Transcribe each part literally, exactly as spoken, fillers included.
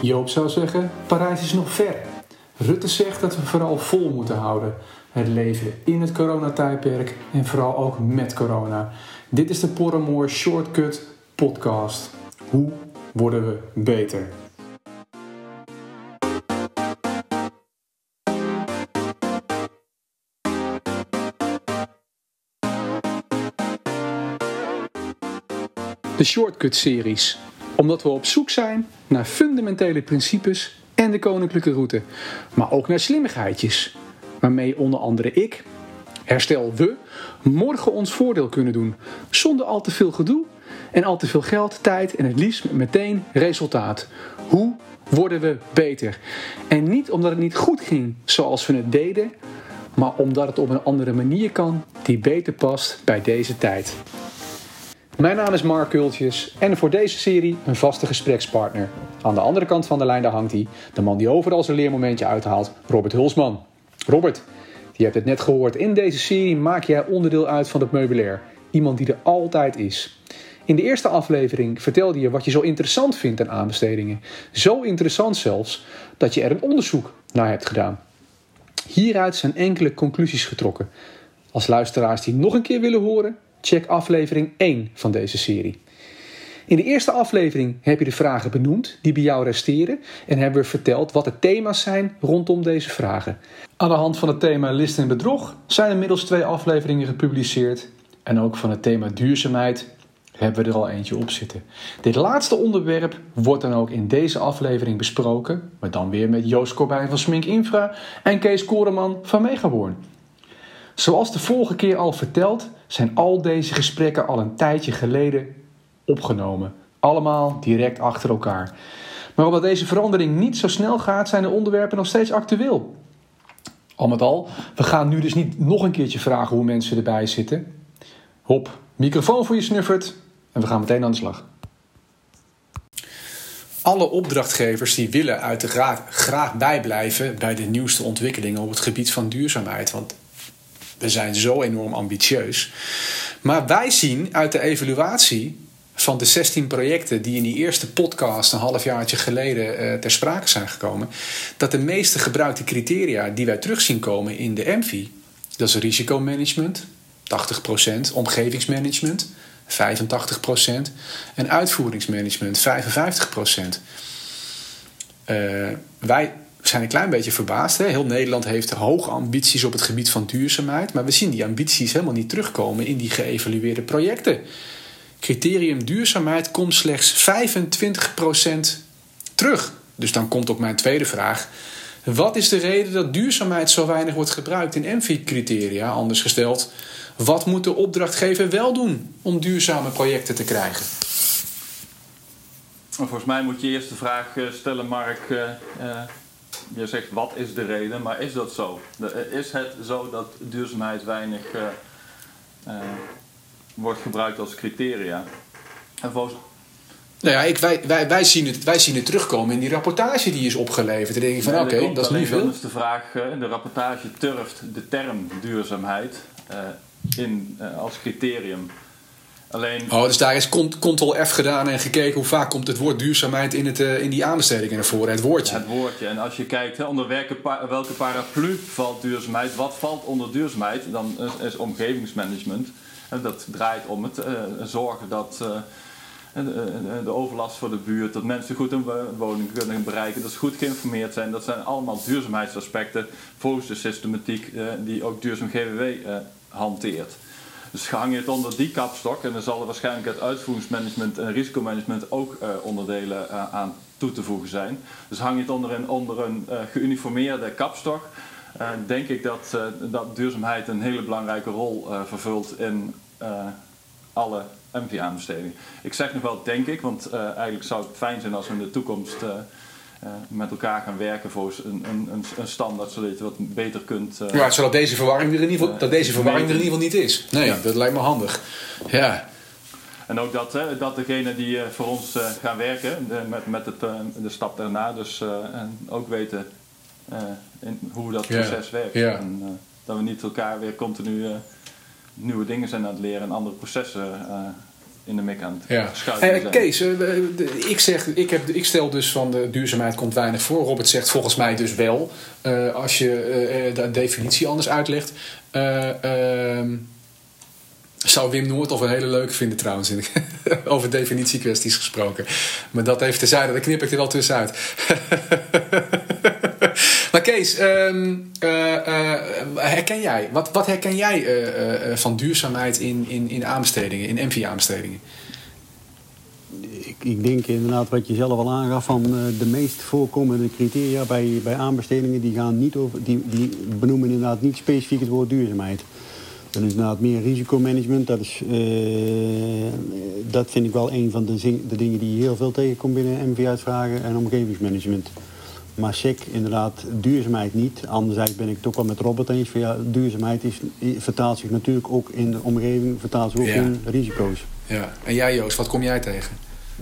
Joop zou zeggen, Parijs is nog ver. Rutte zegt dat we vooral vol moeten houden. Het leven in het coronatijdperk en vooral ook met corona. Dit is de Porremoor Shortcut podcast. Hoe worden we beter? De Shortcut-series. Omdat we op zoek zijn naar fundamentele principes en de koninklijke route. Maar ook naar slimmigheidjes. Waarmee onder andere ik, herstel we, morgen ons voordeel kunnen doen. Zonder al te veel gedoe en al te veel geld, tijd en het liefst met meteen resultaat. Hoe worden we beter? En niet omdat het niet goed ging zoals we het deden, maar omdat het op een andere manier kan die beter past bij deze tijd. Mijn naam is Mark Kultjes en voor deze serie een vaste gesprekspartner. Aan de andere kant van de lijn daar hangt hij, de man die overal zijn leermomentje uithaalt, Robert Hulsman. Robert, je hebt het net gehoord, in deze serie maak jij onderdeel uit van het meubilair. Iemand die er altijd is. In de eerste aflevering vertelde je wat je zo interessant vindt aan aanbestedingen. Zo interessant zelfs, dat je er een onderzoek naar hebt gedaan. Hieruit zijn enkele conclusies getrokken. Als luisteraars die nog een keer willen horen, check aflevering één van deze serie. In de eerste aflevering heb je de vragen benoemd die bij jou resteren en hebben we verteld wat de thema's zijn rondom deze vragen. Aan de hand van het thema list en bedrog zijn inmiddels twee afleveringen gepubliceerd en ook van het thema duurzaamheid hebben we er al eentje op zitten. Dit laatste onderwerp wordt dan ook in deze aflevering besproken, maar dan weer met Joost Corbijn van Smink Infra en Kees Koreman van Megaborn. Zoals de vorige keer al verteld, zijn al deze gesprekken al een tijdje geleden opgenomen. Allemaal direct achter elkaar. Maar omdat deze verandering niet zo snel gaat, zijn de onderwerpen nog steeds actueel. Al met al, we gaan nu dus niet nog een keertje vragen hoe mensen erbij zitten. Hop, microfoon voor je snuffert en we gaan meteen aan de slag. Alle opdrachtgevers die willen uiteraard graag bijblijven bij de nieuwste ontwikkelingen op het gebied van duurzaamheid. Want we zijn zo enorm ambitieus. Maar wij zien uit de evaluatie van de zestien projecten die in die eerste podcast een halfjaartje geleden uh, ter sprake zijn gekomen, dat de meeste gebruikte criteria die wij terug zien komen in de M V I, dat is risicomanagement, tachtig procent, omgevingsmanagement, vijfentachtig procent en uitvoeringsmanagement, vijfenvijftig procent. Uh, wij We zijn een klein beetje verbaasd. Hè? Heel Nederland heeft hoge ambities op het gebied van duurzaamheid. Maar we zien die ambities helemaal niet terugkomen in die geëvalueerde projecten. Criterium duurzaamheid komt slechts vijfentwintig procent terug. Dus dan komt ook mijn tweede vraag. Wat is de reden dat duurzaamheid zo weinig wordt gebruikt in M V I-criteria? Anders gesteld, wat moet de opdrachtgever wel doen om duurzame projecten te krijgen? Volgens mij moet je eerst de vraag stellen, Mark. Uh, uh... Je zegt, wat is de reden? Maar is dat zo? Is het zo dat duurzaamheid weinig uh, uh, wordt gebruikt als criteria? En volgens... Nou ja, ik, wij, wij, wij, zien het, wij zien het terugkomen in die rapportage die is opgeleverd. Dan denk ik van, nee, oké, okay, dat is niet veel. Dan is de vraag, uh, de rapportage turft de term duurzaamheid uh, in, uh, als criterium. Alleen... Oh, dus daar is control F gedaan en gekeken hoe vaak komt het woord duurzaamheid in, het, uh, in die aanbestedingen naar voren, het woordje. Ja, het woordje. En als je kijkt hè, onder welke, pa- welke paraplu valt duurzaamheid, wat valt onder duurzaamheid, dan is, is omgevingsmanagement. En dat draait om het uh, zorgen dat uh, de, de overlast voor de buurt, dat mensen goed een woning kunnen bereiken, dat ze goed geïnformeerd zijn. Dat zijn allemaal duurzaamheidsaspecten volgens de systematiek uh, die ook duurzaam G W W uh, hanteert. Dus hang je het onder die kapstok en dan zal er waarschijnlijk het uitvoeringsmanagement en risicomanagement ook uh, onderdelen uh, aan toe te voegen zijn. Dus hang je het onder een, onder een uh, geuniformeerde kapstok, uh, denk ik dat, uh, dat duurzaamheid een hele belangrijke rol uh, vervult in uh, alle M V I-aanbestedingen. Ik zeg nog wel denk ik, want uh, eigenlijk zou het fijn zijn als we in de toekomst uh, Uh, met elkaar gaan werken voor een, een, een standaard, zodat je wat beter kunt... Uh, ja, zodat deze verwarring er in ieder geval, uh, dat deze verwarring er in ieder geval niet is. Nee, ja. Dat lijkt me handig. Ja. En ook dat, hè, dat degenen die uh, voor ons uh, gaan werken, de, met, met het, uh, de stap daarna, dus uh, en ook weten uh, in, hoe dat proces yeah. werkt. Yeah. En, uh, dat we niet elkaar weer continu uh, nieuwe dingen zijn aan het leren en andere processen uh, in de mik aan het ja. schuiven zijn. Hey, Kees, uh, de, ik, zeg, ik, heb, ik stel dus van de duurzaamheid komt weinig voor. Robert zegt volgens mij dus wel. Uh, als je uh, de definitie anders uitlegt. Uh, uh, zou Wim Noordhoff een hele leuke vinden trouwens. Over definitiekwesties gesproken. Maar dat even terzijde, daar knip ik er wel tussenuit. Maar Kees, um, uh, uh, herken jij, wat, wat herken jij uh, uh, van duurzaamheid in, in, in aanbestedingen, in M V aanbestedingen? Ik, ik denk inderdaad wat je zelf al aangaf van uh, de meest voorkomende criteria bij, bij aanbestedingen die gaan niet over, die, die benoemen inderdaad niet specifiek het woord duurzaamheid. Dan is inderdaad meer risicomanagement. Dat, is, uh, dat vind ik wel een van de, zing, de dingen die je heel veel tegenkomt binnen M V-uitvragen en omgevingsmanagement. Maar S E C, inderdaad, duurzaamheid niet. Anderzijds ben ik het ook wel met Robert eens. Van, ja, duurzaamheid is, vertaalt zich natuurlijk ook in de omgeving, vertaalt zich ook ja. in risico's. Ja. En jij Joost, wat kom jij tegen?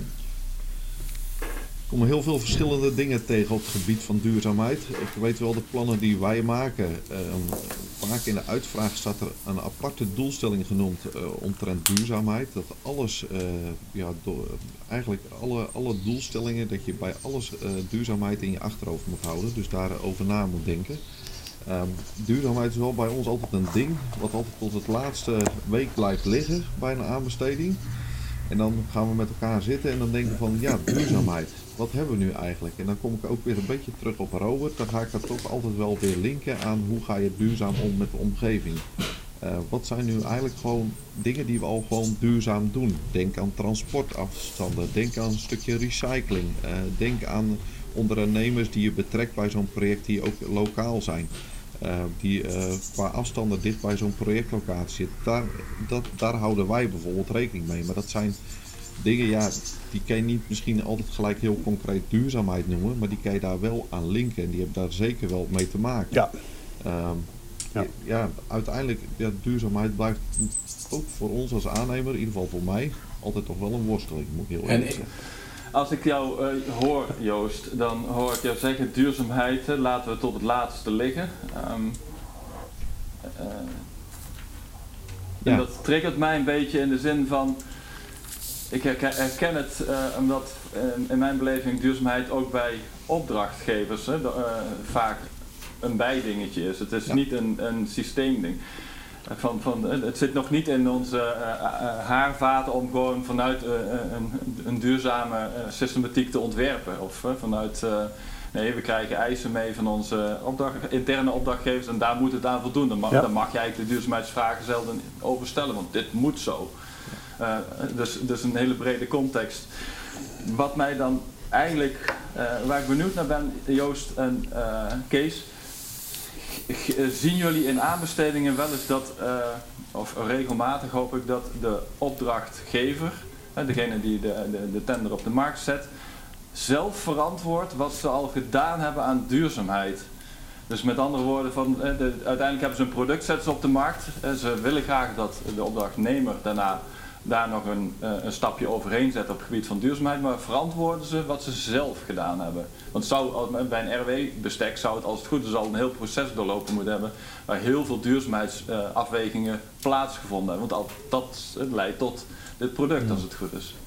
Ik kom heel veel verschillende dingen tegen op het gebied van duurzaamheid. Ik weet wel de plannen die wij maken. Uh, vaak in de uitvraag staat er een aparte doelstelling genoemd uh, omtrent duurzaamheid. Dat alles, uh, ja, do, eigenlijk alle, alle doelstellingen, dat je bij alles uh, duurzaamheid in je achterhoofd moet houden. Dus daarover na moet denken. Um, duurzaamheid is wel bij ons altijd een ding wat altijd tot het laatste week blijft liggen bij een aanbesteding. En dan gaan we met elkaar zitten en dan denken we van ja, duurzaamheid. Wat hebben we nu eigenlijk? En dan kom ik ook weer een beetje terug op Robert. Dan ga ik dat toch altijd wel weer linken aan hoe ga je duurzaam om met de omgeving. Uh, wat zijn nu eigenlijk gewoon dingen die we al gewoon duurzaam doen? Denk aan transportafstanden. Denk aan een stukje recycling. Uh, denk aan ondernemers die je betrekt bij zo'n project die ook lokaal zijn. Uh, die uh, qua afstanden dicht bij zo'n projectlocatie zit. Daar, dat, daar houden wij bijvoorbeeld rekening mee. Maar dat zijn dingen, ja, die kan je niet misschien altijd gelijk heel concreet duurzaamheid noemen. Maar die kan je daar wel aan linken. En die hebben daar zeker wel mee te maken. Ja. Um, ja. ja, uiteindelijk, ja, duurzaamheid blijft ook voor ons als aannemer, in ieder geval voor mij, altijd toch wel een worsteling, moet ik heel eerlijk zeggen. Als ik jou uh, hoor, Joost, dan hoor ik jou zeggen duurzaamheid, hè, laten we tot het laatste liggen. Um, uh, ja. En dat triggert mij een beetje in de zin van, ik herken het uh, omdat uh, in mijn beleving duurzaamheid ook bij opdrachtgevers hè, de, uh, vaak een bijdingetje is. Het is ja. niet een, een systeemding. Van, van, het zit nog niet in onze uh, uh, haarvaten om gewoon vanuit uh, een, een duurzame uh, systematiek te ontwerpen. Of uh, vanuit, uh, nee, we krijgen eisen mee van onze opdracht, interne opdrachtgevers en daar moet het aan voldoen. Dan mag, ja. dan mag je eigenlijk de duurzaamheidsvragen zelden over stellen, want dit moet zo. Uh, dus, dus een hele brede context. Wat mij dan eigenlijk, uh, waar ik benieuwd naar ben, Joost en uh, Kees, zien jullie in aanbestedingen wel eens dat, uh, of regelmatig hoop ik, dat de opdrachtgever, uh, degene die de, de, de tender op de markt zet, zelf verantwoordt wat ze al gedaan hebben aan duurzaamheid? Dus met andere woorden, van, uh, de, uiteindelijk hebben ze een product, zetten ze op de markt. Uh, ze willen graag dat de opdrachtnemer daarna daar nog een, uh, een stapje overheen zet op het gebied van duurzaamheid, maar verantwoorden ze wat ze zelf gedaan hebben. Want zou, bij een R W-bestek zou het, als het goed is, al een heel proces doorlopen moeten hebben, waar heel veel duurzaamheidsafwegingen uh, plaatsgevonden hebben. Want dat uh, leidt tot dit product, ja. als het goed is.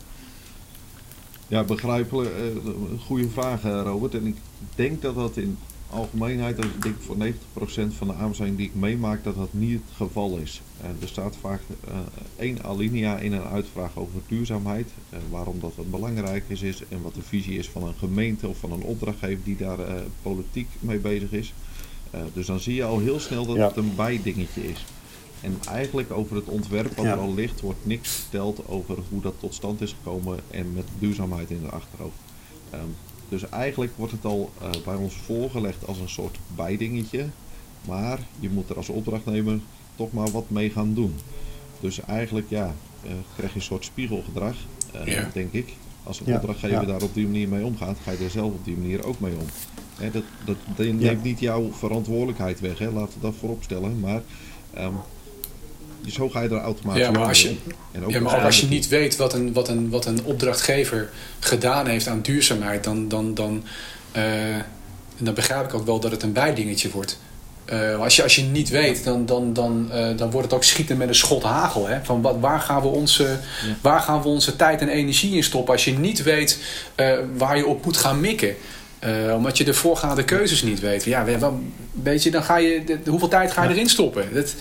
Ja, begrijpelijk. Uh, goede vraag, Robert. En ik denk dat dat in algemeenheid, dat ik denk voor negentig procent van de aanbestedingen die ik meemaak, dat dat niet het geval is. Uh, er staat vaak uh, één alinea in een uitvraag over duurzaamheid, uh, waarom dat wat belangrijk is, is en wat de visie is van een gemeente of van een opdrachtgever die daar uh, politiek mee bezig is. Uh, dus dan zie je al heel snel dat ja. het een bijdingetje is. En eigenlijk over het ontwerp wat ja. er al ligt, wordt niks verteld over hoe dat tot stand is gekomen en met duurzaamheid in de achterhoofd. Um, Dus eigenlijk wordt het al uh, bij ons voorgelegd als een soort bijdingetje. Maar je moet er als opdrachtnemer toch maar wat mee gaan doen. Dus eigenlijk ja, uh, krijg je een soort spiegelgedrag, uh, yeah. denk ik. Als een ja, opdrachtgever ja. daar op die manier mee omgaat, ga je er zelf op die manier ook mee om. Hè, dat, dat, dat neemt ja. niet jouw verantwoordelijkheid weg, hè. Laten we dat voorop stellen. Maar um, zo ga je er automatisch ja, maar als je, om. En ook ja, maar als je niet weet wat een, wat, een, wat een opdrachtgever gedaan heeft aan duurzaamheid, dan, dan, dan, uh, dan begrijp ik ook wel dat het een bijdingetje wordt. Uh, als, je, als je niet weet, dan, dan, dan, uh, dan wordt het ook schieten met een schot hagel. Hè? Van wat, waar, gaan we onze, ja. waar gaan we onze tijd en energie in stoppen? Als je niet weet uh, waar je op moet gaan mikken. Uh, omdat je de voorgaande keuzes niet weet. Ja, wel, weet je, dan ga je, de, hoeveel tijd ga je ja. erin stoppen? Dat,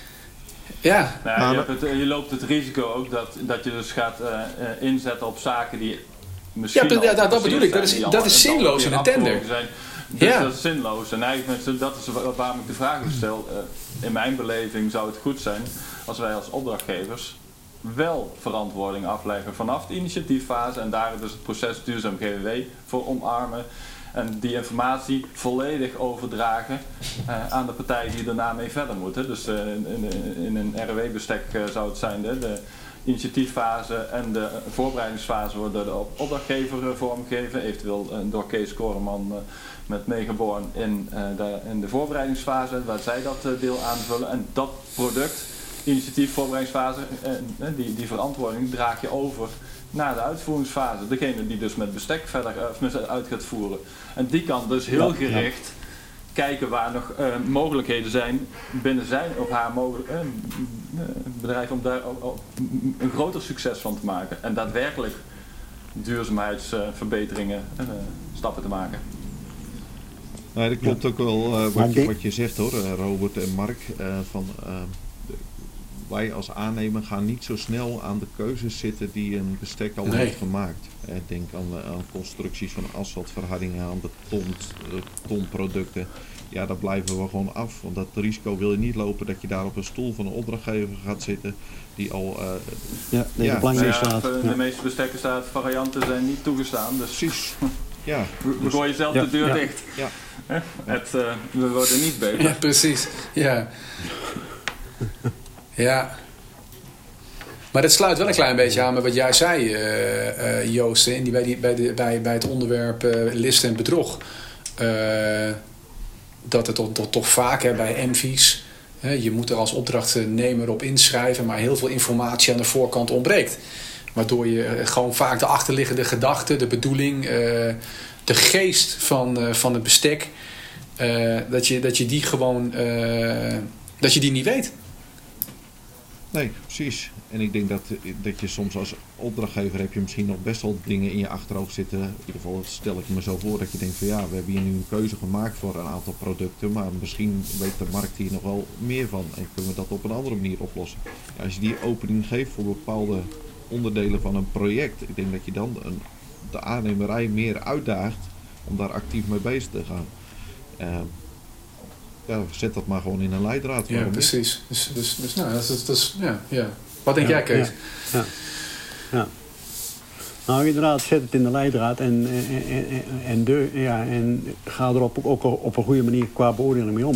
ja. Nou, je, hebt het, je loopt het risico ook dat, dat je dus gaat uh, uh, inzetten op zaken die misschien ja, dat, dat, dat bedoel ik. Dat is, dat is zinloos in een tender. Zijn. Dus ja. dat is zinloos. En eigenlijk dat is waarom ik de vraag stel. Uh, in mijn beleving zou het goed zijn als wij als opdrachtgevers wel verantwoording afleggen vanaf de initiatieffase en daar dus het proces duurzaam G W W voor omarmen. En die informatie volledig overdragen uh, aan de partijen die daarna mee verder moeten. Dus uh, in, in een R W W-bestek uh, zou het zijn de, de initiatieffase en de voorbereidingsfase worden door de opdrachtgever uh, vormgegeven. Eventueel uh, door Kees Koreman uh, met Megaborn in, uh, de, in de voorbereidingsfase waar zij dat uh, deel aanvullen. En dat product, initiatief, voorbereidingsfase, uh, die, die verantwoording draag je over naar de uitvoeringsfase. Degene die dus met bestek verder uh, uit gaat voeren. En die kan dus heel ja, gericht ja. kijken waar nog uh, mogelijkheden zijn binnen zijn of haar mogelijk, uh, bedrijf om daar uh, een groter succes van te maken. En daadwerkelijk duurzaamheidsverbeteringen uh, uh, stappen te maken. Nee, dat klopt ja. ook wel uh, wat, je, wat je zegt hoor, uh, Robert en Mark. Uh, van, uh, Wij als aannemer gaan niet zo snel aan de keuzes zitten die een bestek al nee. heeft gemaakt. Eh, denk aan, aan constructies van asfaltverhardingen, aan beton, betonproducten. Ja, daar blijven we gewoon af. Want dat risico wil je niet lopen dat je daar op een stoel van een opdrachtgever gaat zitten die al... Uh, ja, nee, ja, de, ja, staat. de Ja. meeste bestekken staat, varianten zijn niet toegestaan. Dus precies. Ja, we dus, gooien zelf ja, de deur ja. dicht. Ja. Het, uh, we worden niet beter. Ja, precies. Ja. Ja. Maar dat sluit wel een klein beetje aan met wat jij zei, uh, uh, Joost, in die, bij, die, bij, de, bij, bij het onderwerp uh, list en bedrog. Uh, dat het toch, toch, toch vaak hè, bij M V's, hè, je moet er als opdrachtnemer op inschrijven, maar heel veel informatie aan de voorkant ontbreekt. Waardoor je uh, gewoon vaak de achterliggende gedachte, de bedoeling, uh, de geest van, uh, van het bestek, uh, dat, je, dat je die gewoon, uh, dat je die niet weet. Nee, precies. En ik denk dat, dat je soms als opdrachtgever heb je misschien nog best wel dingen in je achterhoofd zitten. In ieder geval stel ik me zo voor dat je denkt van ja, we hebben hier nu een keuze gemaakt voor een aantal producten. Maar misschien weet de markt hier nog wel meer van en kunnen we dat op een andere manier oplossen. Ja, als je die opening geeft voor bepaalde onderdelen van een project, ik denk dat je dan een, de aannemerij meer uitdaagt om daar actief mee bezig te gaan. Uh, Ja, zet dat maar gewoon in een leidraad. Ja, precies. Dus, dus, dus nou, dat is, dat is, ja, ja. Wat denk ja, jij, Kees? Ja, ja. ja. Nou, inderdaad, zet het in de leidraad en, en, en, en, de, ja, en ga er op, ook op een goede manier qua beoordeling mee om.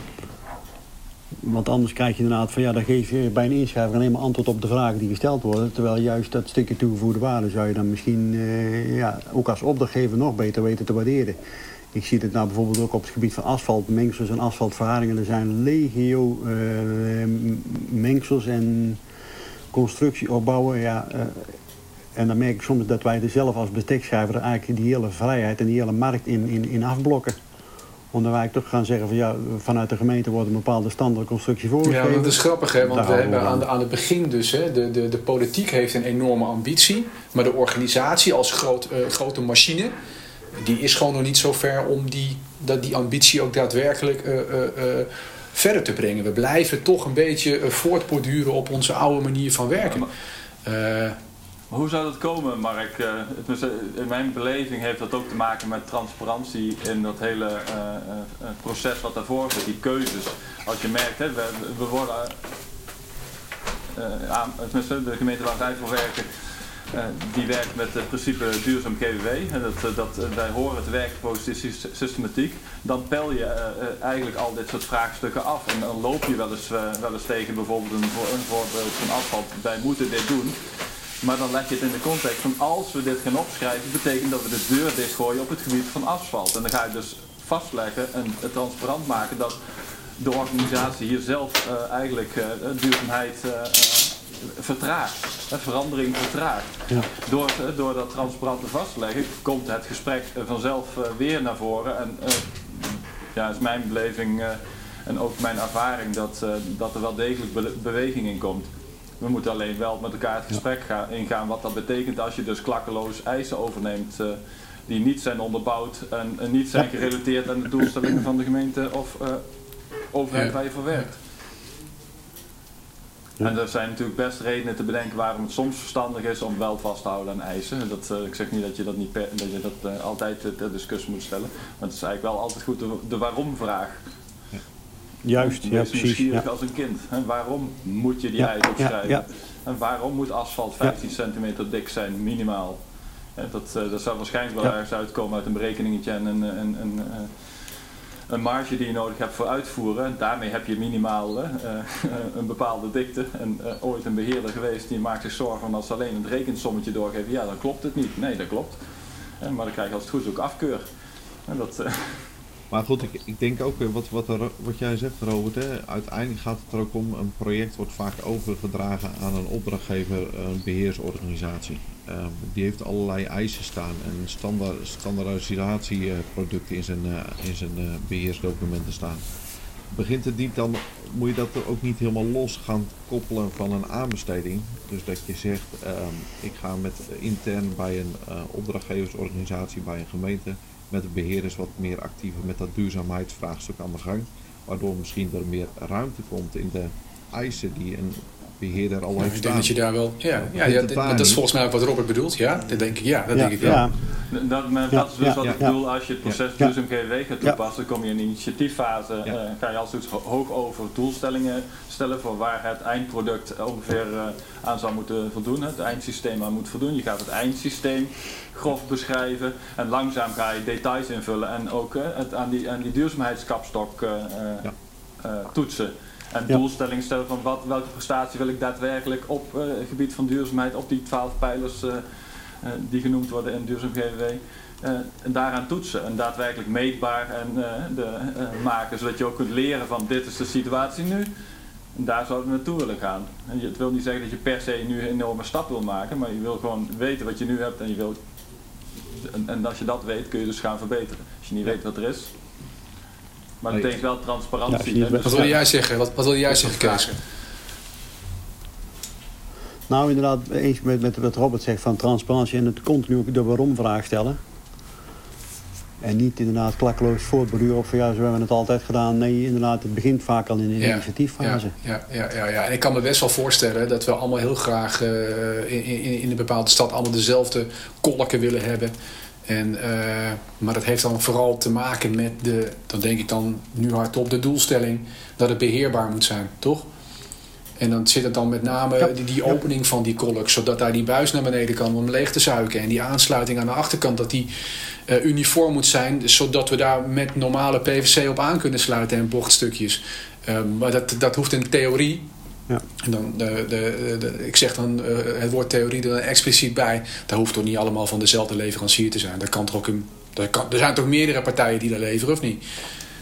Want anders krijg je inderdaad van ja, dan geef je bij een inschrijver alleen maar antwoord op de vragen die gesteld worden. Terwijl juist dat stukje toegevoegde waarde zou je dan misschien uh, ja, ook als opdrachtgever nog beter weten te waarderen. Ik zie het nou bijvoorbeeld ook op het gebied van asfaltmengsels en asfaltverharingen. Er zijn legio uh, mengsels en constructieopbouwen. Ja, uh, en dan merk ik soms dat wij er zelf als bestekschrijver eigenlijk die hele vrijheid en die hele markt in, in, in afblokken. Omdat wij toch gaan zeggen van ja, vanuit de gemeente wordt een bepaalde standaardconstructie voorgeschreven. Ja, dat is grappig hè, want we hebben aan, de, aan het begin dus, hè, de, de, de politiek heeft een enorme ambitie. Maar de organisatie als groot, uh, grote machine, die is gewoon nog niet zo ver om die, dat die ambitie ook daadwerkelijk uh, uh, uh, verder te brengen. We blijven toch een beetje uh, voortborduren op onze oude manier van werken. Ja, maar, uh, maar hoe zou dat komen, Mark? Uh, het, in mijn beleving heeft dat ook te maken met transparantie in dat hele uh, uh, proces wat daarvoor zit, die keuzes. Als je merkt, hè, we, we worden uh, aan, tenminste de gemeente waar wij voor werken, Uh, die werkt met het principe duurzaam G W W. En dat, dat, uh, wij horen te werken volgens die systematiek. Dan pel je uh, uh, eigenlijk al dit soort vraagstukken af. En dan loop je wel eens, uh, wel eens tegen bijvoorbeeld een, een voorbeeld van asfalt. Wij moeten dit doen. Maar dan leg je het in de context van als we dit gaan opschrijven, betekent dat we de deur dichtgooien op het gebied van asfalt. En dan ga je dus vastleggen en uh, transparant maken dat de organisatie hier zelf uh, eigenlijk uh, duurzaamheid uh, uh, vertraagt, hè, verandering vertraagt. Ja. Door, door dat transparant vast te leggen, komt het gesprek vanzelf uh, weer naar voren. En uh, ja, is mijn beleving uh, En ook mijn ervaring dat, uh, dat er wel degelijk be- beweging in komt. We moeten alleen wel met elkaar het gesprek gaan, ingaan wat dat betekent als je dus klakkeloos eisen overneemt uh, die niet zijn onderbouwd en, en niet zijn gerelateerd aan de doelstellingen van de gemeente of uh, overheid ja. waar je voor werkt. Ja. En er zijn natuurlijk best redenen te bedenken waarom het soms verstandig is om wel vast te houden aan eisen. Dat, uh, ik zeg niet dat je dat, niet per, dat, je dat uh, altijd ter discussie moet stellen, maar het is eigenlijk wel altijd goed de, de waarom-vraag. Ja. Juist, ja, precies. Nieuwsgierig ja. als een kind. En waarom moet je die ja, eis opschrijven? Ja, ja. En waarom moet asfalt vijftien ja. centimeter dik zijn, minimaal? Ja, dat, uh, dat zou waarschijnlijk wel ja. ergens uitkomen uit een berekeningetje en een, een, een, uh, een marge die je nodig hebt voor uitvoeren. En daarmee heb je minimaal uh, uh, een bepaalde dikte. En uh, ooit een beheerder geweest die maakt zich zorgen van als ze alleen het rekensommetje doorgeven. Ja, dan klopt het niet. Nee, dat klopt. Ja, maar dan krijg je als het goed is ook afkeur. En dat... Uh, Maar goed, ik, ik denk ook, wat, wat, er, wat jij zegt Robert, hè, uiteindelijk gaat het er ook om, een project wordt vaak overgedragen aan een opdrachtgever, een beheersorganisatie. Uh, die heeft allerlei eisen staan en standaard, standaardisatieproducten in zijn, uh, in zijn uh, beheersdocumenten staan. Begint het niet, dan moet je dat er ook niet helemaal los gaan koppelen van een aanbesteding. Dus dat je zegt, uh, ik ga met intern bij een uh, opdrachtgeversorganisatie, bij een gemeente, met de beheerders wat meer actiever met dat duurzaamheidsvraagstuk aan de gang. Waardoor misschien er meer ruimte komt in de eisen die een beheerder al ja, heeft ik staan. denk dat je daar wel... Ja, ja, ja dat, dat is volgens mij ook wat Robert bedoelt. Ja, dat denk ik, ja, dat ja, denk ik wel. Ja. Dat, dat ja, is dus ja, wat ja, ik bedoel, als je het proces ja, duurzaam G W gaat toepassen, dan kom je in de initiatieffase, ja. uh, ga je als het hoog over doelstellingen stellen voor waar het eindproduct ongeveer uh, aan zou moeten voldoen, het eindsysteem aan moet voldoen. Je gaat het eindsysteem grof beschrijven en langzaam ga je details invullen en ook uh, het aan die, aan die duurzaamheidskapstok uh, ja. uh, toetsen. En ja. doelstellingen stellen van wat, welke prestatie wil ik daadwerkelijk op uh, het gebied van duurzaamheid, op die twaalf pijlers uh, uh, die genoemd worden in duurzaam G W W. Uh, en daaraan toetsen en daadwerkelijk meetbaar en, uh, de, uh, maken, zodat je ook kunt leren van dit is de situatie nu. En daar zouden we naartoe willen gaan. En het wil niet zeggen dat je per se nu een enorme stap wil maken, maar je wil gewoon weten wat je nu hebt en je wilt, en, en als je dat weet kun je dus gaan verbeteren. Als je niet weet wat er is. Maar dat betekent wel transparantie. Ja, wat wil jij zeggen? Wat, wat wil jij zeggen, Kees? Nou, inderdaad, eens met, met wat Robert zegt van transparantie en het continu de waarom-vraag stellen. En niet inderdaad klakkeloos voortborduren op van ja, zo hebben we het altijd gedaan. Nee, inderdaad, het begint vaak al in de ja, initiatieffase. Ja, ja, ja, ja, ja, en ik kan me best wel voorstellen dat we allemaal heel graag uh, in, in, in een bepaalde stad allemaal dezelfde kolken willen hebben. En, uh, maar dat heeft dan vooral te maken met de, dan denk ik dan nu hardop, de doelstelling dat het beheerbaar moet zijn, toch? En dan zit het dan met name ja, die, die opening ja. van die kolk, zodat daar die buis naar beneden kan om leeg te zuigen. En die aansluiting aan de achterkant, dat die uh, uniform moet zijn, zodat we daar met normale P V C op aan kunnen sluiten en bochtstukjes. Uh, maar dat, dat hoeft in theorie. Ja. En dan de, de, de, ik zeg dan uh, het woord theorie er dan expliciet bij. Dat hoeft toch niet allemaal van dezelfde leverancier te zijn. Dat kan toch ook een, dat kan, er zijn toch meerdere partijen die dat leveren, of niet?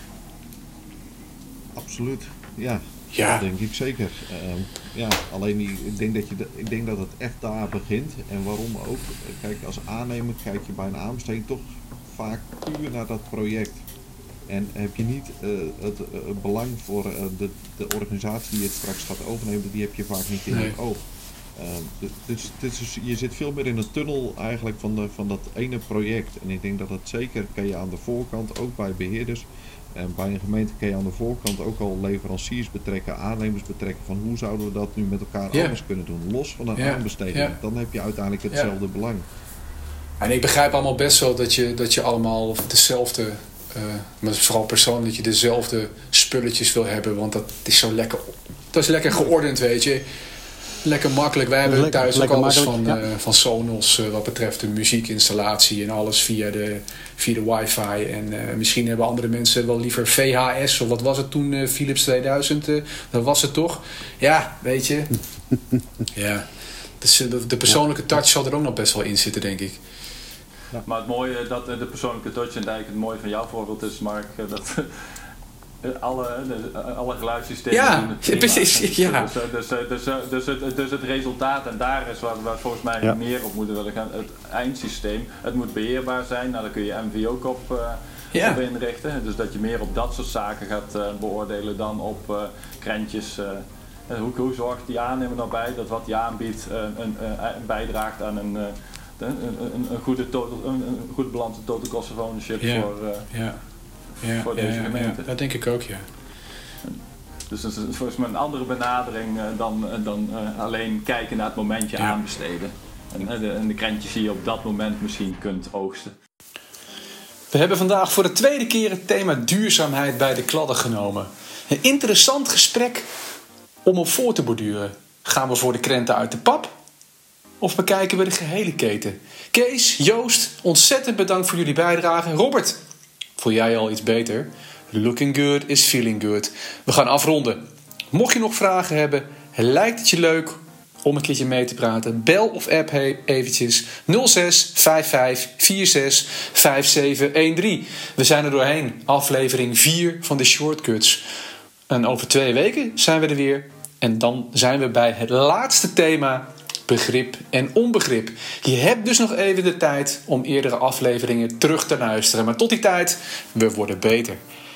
Absoluut, ja. Ja. Dat denk ik zeker. Uh, ja, alleen die, ik, denk dat je de, ik denk dat het echt daar begint. En waarom ook? Kijk, als aannemer kijk je bij een aanbesteding toch vaak puur naar dat project. En heb je niet uh, het uh, belang voor uh, de, de organisatie die het straks gaat overnemen, die heb je vaak niet in nee. het oog. Uh, dus, dus je zit veel meer in een tunnel eigenlijk van, de, van dat ene project. En ik denk dat dat zeker kan je aan de voorkant, ook bij beheerders. En bij een gemeente kan je aan de voorkant ook al leveranciers betrekken, aannemers betrekken. Van hoe zouden we dat nu met elkaar yeah. anders kunnen doen? Los van een yeah. aanbesteding. Yeah. Dan heb je uiteindelijk hetzelfde yeah. belang. En ik begrijp allemaal best wel dat je, dat je allemaal dezelfde... Uh, maar vooral persoonlijk dat je dezelfde spulletjes wil hebben, want dat is zo lekker, dat is lekker geordend, weet je. Lekker makkelijk. Wij hebben lekker, thuis ook alles van, ja. uh, van Sonos uh, wat betreft de muziekinstallatie en alles via de, via de wifi. En uh, misschien hebben andere mensen wel liever V H S of wat was het toen, uh, Philips tweeduizend, uh, dat was het toch? Ja, weet je. ja. Dus de, de persoonlijke touch zal er ook nog best wel in zitten, denk ik. Ja. Maar het mooie, dat de persoonlijke touch en eigenlijk het mooie van jouw voorbeeld is, Mark, dat alle, de, alle geluidssystemen ja, doen het prima. Precies, ja. Dus, dus, dus, dus, dus, het, dus het resultaat, en daar is waar we volgens mij ja. meer op moeten willen gaan, het eindsysteem. Het moet beheerbaar zijn, nou, daar kun je M V ook op, uh, Ja. op inrichten. Dus dat je meer op dat soort zaken gaat uh, beoordelen dan op uh, krentjes. Uh, hoe, hoe zorgt die aannemer nou bij dat wat hij aanbiedt uh, een, uh, bijdraagt aan een, uh, een, een, een, goede total, een, een goed balans total cost of ownership ja. voor, uh, ja. Ja. voor ja, deze ja, gemeente. Ja. Dat denk ik ook, ja. Dus dat is volgens mij een andere benadering uh, dan, uh, dan uh, alleen kijken naar het momentje ja. aanbesteden. En, uh, de, en de krentjes die je op dat moment misschien kunt oogsten. We hebben vandaag voor de tweede keer het thema duurzaamheid bij de kladden genomen. Een interessant gesprek om op voor te borduren. Gaan we voor de krenten uit de pap? Of bekijken we de gehele keten? Kees, Joost, ontzettend bedankt voor jullie bijdrage. Robert, voel jij al iets beter? Looking good is feeling good. We gaan afronden. Mocht je nog vragen hebben, lijkt het je leuk om een keertje mee te praten, bel of app eventjes nul zes vijf vijf vier zes vijf zeven een drie. We zijn er doorheen. Aflevering vier van de Shortcuts. En over twee weken zijn we er weer. En dan zijn we bij het laatste thema, begrip en onbegrip. Je hebt dus nog even de tijd om eerdere afleveringen terug te luisteren. Maar tot die tijd, we worden beter.